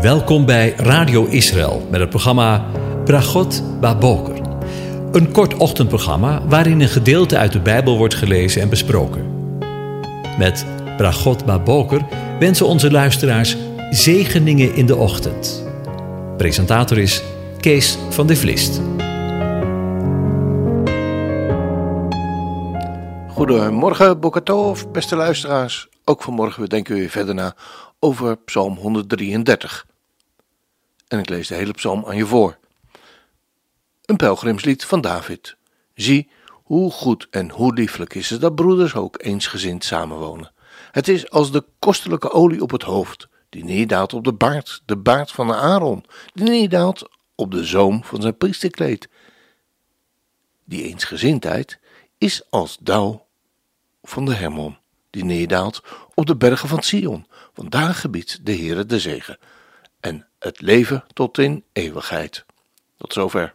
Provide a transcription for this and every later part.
Welkom bij Radio Israël met het programma Bragot Baboker. Een kort ochtendprogramma waarin een gedeelte uit de Bijbel wordt gelezen en besproken. Met Bragot Baboker wensen onze luisteraars zegeningen in de ochtend. Presentator is Kees van de Vlist. Goedemorgen, Boker Tov, beste luisteraars. Ook vanmorgen denken we weer verder na over Psalm 133. En ik lees de hele psalm aan je voor. Een pelgrimslied van David. Zie, hoe goed en hoe lieflijk is het dat broeders ook eensgezind samenwonen. Het is als de kostelijke olie op het hoofd, die neerdaalt op de baard van Aaron, die neerdaalt op de zoom van zijn priesterkleed. Die eensgezindheid is als dauw van de Hermon, die neerdaalt op de bergen van Sion, want daar gebiedt de Heere de zegen en het leven tot in eeuwigheid. Tot zover.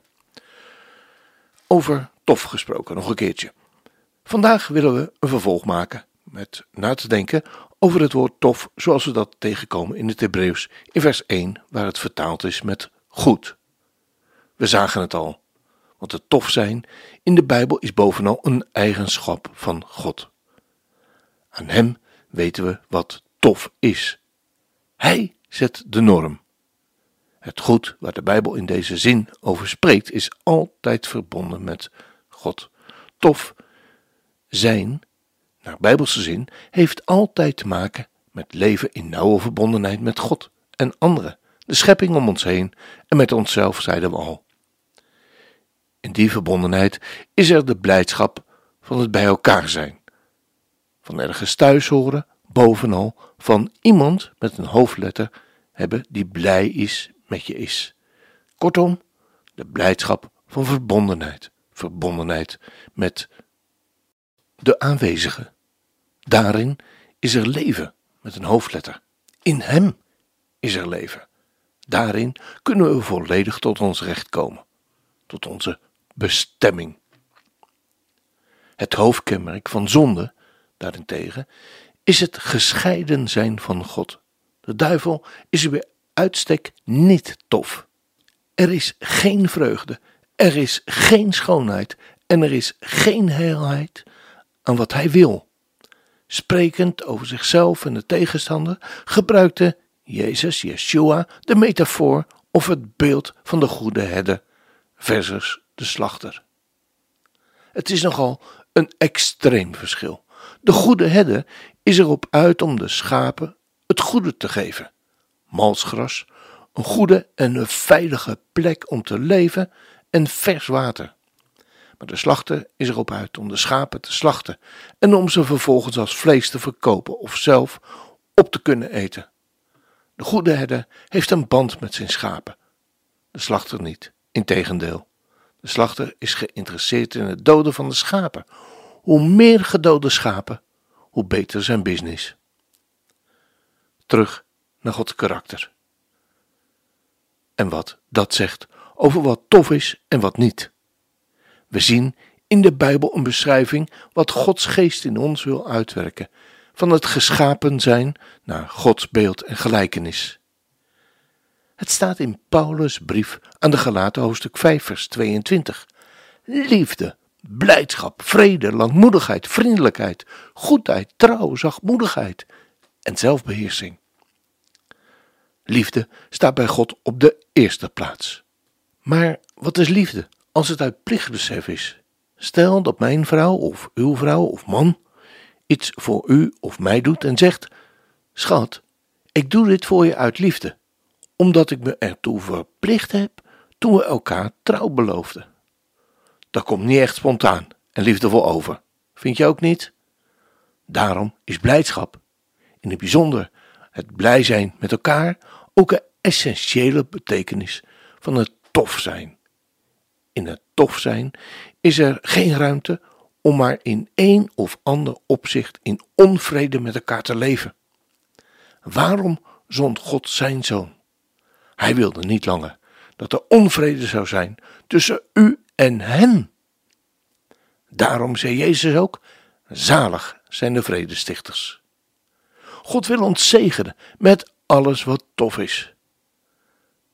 Over tof gesproken nog een keertje. Vandaag willen we een vervolg maken met na te denken over het woord tof zoals we dat tegenkomen in het Hebreeuws in vers 1 waar het vertaald is met goed. We zagen het al, want het tof zijn in de Bijbel is bovenal een eigenschap van God. Aan hem weten we wat tof is. Hij zet de norm. Het goed waar de Bijbel in deze zin over spreekt is altijd verbonden met God. Tof zijn, naar Bijbelse zin, heeft altijd te maken met leven in nauwe verbondenheid met God en anderen, de schepping om ons heen en met onszelf, zeiden we al. In die verbondenheid is er de blijdschap van het bij elkaar zijn, van ergens thuis horen, bovenal van iemand met een hoofdletter hebben die blij is met je is. Kortom, de blijdschap van verbondenheid met de aanwezige. Daarin is er leven met een hoofdletter. In hem is er leven. Daarin kunnen we volledig tot ons recht komen, tot onze bestemming. Het hoofdkenmerk van zonde, daarentegen, is het gescheiden zijn van God. De duivel is bij uitstek niet tof. Er is geen vreugde, er is geen schoonheid en er is geen heelheid aan wat hij wil. Sprekend over zichzelf en de tegenstander gebruikte Yeshua de metafoor of het beeld van de goede herder versus de slachter. Het is nogal een extreem verschil. De goede herder is erop uit om de schapen het goede te geven. Malsgras, een goede en een veilige plek om te leven en vers water. Maar de slachter is erop uit om de schapen te slachten en om ze vervolgens als vlees te verkopen of zelf op te kunnen eten. De goede herder heeft een band met zijn schapen. De slachter niet, integendeel. De slachter is geïnteresseerd in het doden van de schapen. Hoe meer gedode schapen, hoe beter zijn business. Terug naar Gods karakter. En wat dat zegt over wat tof is en wat niet. We zien in de Bijbel een beschrijving wat Gods geest in ons wil uitwerken, van het geschapen zijn naar Gods beeld en gelijkenis. Het staat in Paulus' brief aan de Galaten hoofdstuk 5 vers 22. Liefde, blijdschap, vrede, langmoedigheid, vriendelijkheid, goedheid, trouw, zachtmoedigheid en zelfbeheersing. Liefde staat bij God op de eerste plaats. Maar wat is liefde als het uit plichtbesef is? Stel dat mijn vrouw of uw vrouw of man iets voor u of mij doet en zegt: schat, ik doe dit voor je uit liefde, omdat ik me ertoe verplicht heb toen we elkaar trouw beloofden. Dat komt niet echt spontaan en liefdevol over, vind je ook niet? Daarom is blijdschap, in het bijzonder het blij zijn met elkaar, ook een essentiële betekenis van het tof zijn. In het tof zijn is er geen ruimte om maar in een of ander opzicht in onvrede met elkaar te leven. Waarom zond God zijn zoon? Hij wilde niet langer dat er onvrede zou zijn tussen u en hen. Daarom zei Jezus ook: zalig zijn de vredestichters. God wil ons zegenen met alles wat tof is.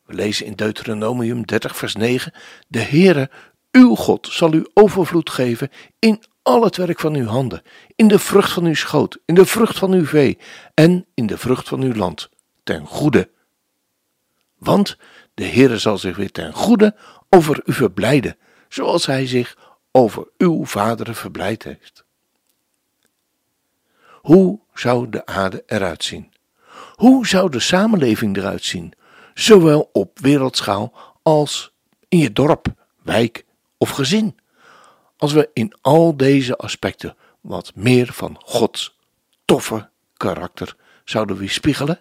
We lezen in Deuteronomium 30 vers 9: De Heere, uw God, zal u overvloed geven in al het werk van uw handen, in de vrucht van uw schoot, in de vrucht van uw vee en in de vrucht van uw land, ten goede. Want de Heere zal zich weer ten goede over u verblijden, zoals hij zich over uw vaderen verblijd heeft. Hoe zou de aarde eruit zien? Hoe zou de samenleving eruit zien, zowel op wereldschaal als in je dorp, wijk of gezin, als we in al deze aspecten wat meer van Gods toffe karakter zouden weerspiegelen?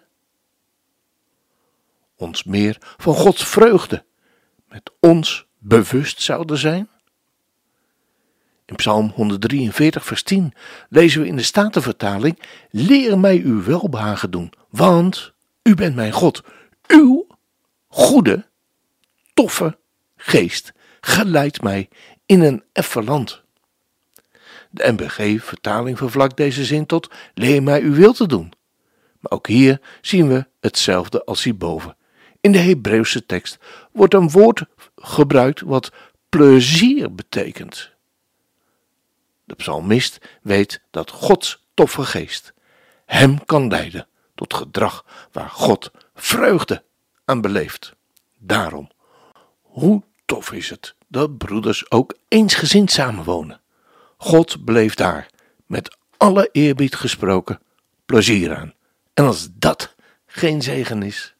Ons meer van Gods vreugde met ons bewust zouden zijn? In Psalm 143 vers 10 lezen we in de Statenvertaling: Leer mij uw welbehagen doen, want u bent mijn God. Uw goede, toffe geest geleidt mij in een effen land. De NBG-vertaling vervlakt deze zin tot: Leer mij uw wil te doen. Maar ook hier zien we hetzelfde als hierboven. In de Hebreeuwse tekst wordt een woord gebruikt wat plezier betekent. De psalmist weet dat Gods toffe geest hem kan leiden tot gedrag waar God vreugde aan beleeft. Daarom, hoe tof is het dat broeders ook eensgezind samenwonen. God beleeft daar, met alle eerbied gesproken, plezier aan. En als dat geen zegen is.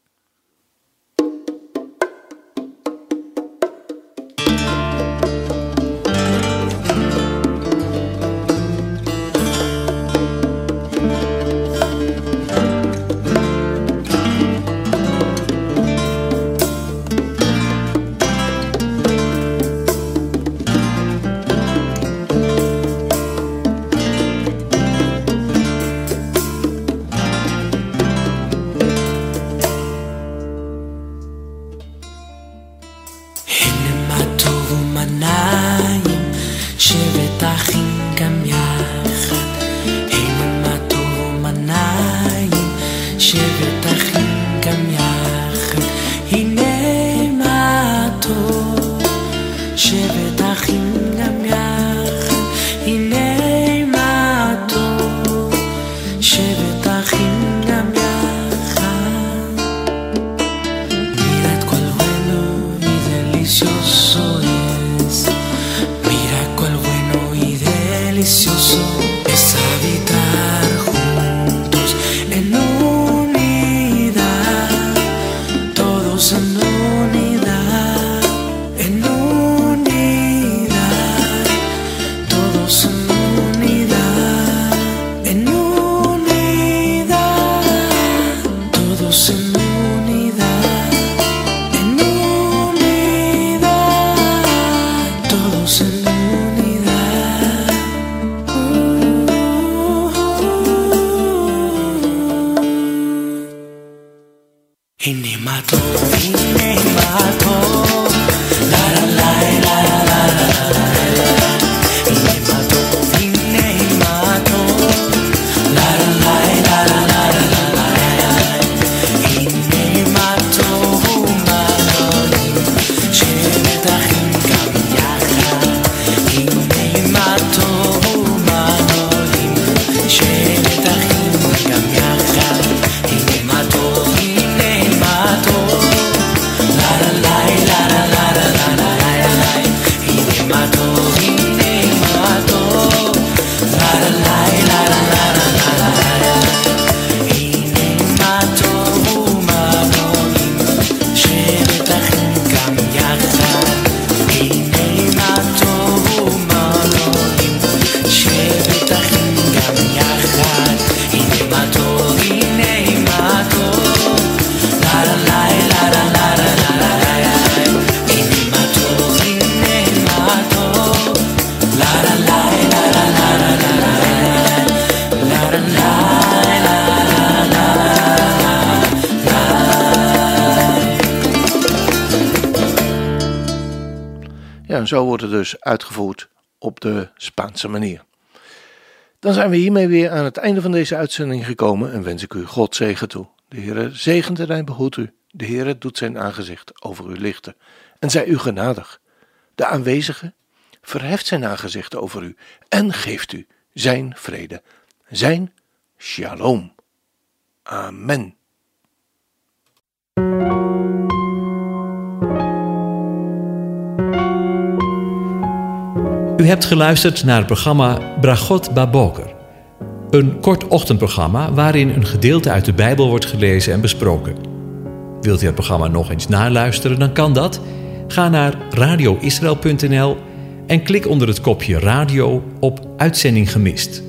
Ja, en zo wordt het dus uitgevoerd op de Spaanse manier. Dan zijn we hiermee weer aan het einde van deze uitzending gekomen en wens ik u God zegen toe. De Heere zegent en hij behoedt u. De Heere doet zijn aangezicht over u lichten en zij u genadig. De aanwezige verheft zijn aangezicht over u en geeft u zijn vrede, zijn shalom. Amen. U hebt geluisterd naar het programma Bragot Baboker. Een kort ochtendprogramma waarin een gedeelte uit de Bijbel wordt gelezen en besproken. Wilt u het programma nog eens naluisteren, dan kan dat. Ga naar radioisrael.nl en klik onder het kopje radio op Uitzending gemist.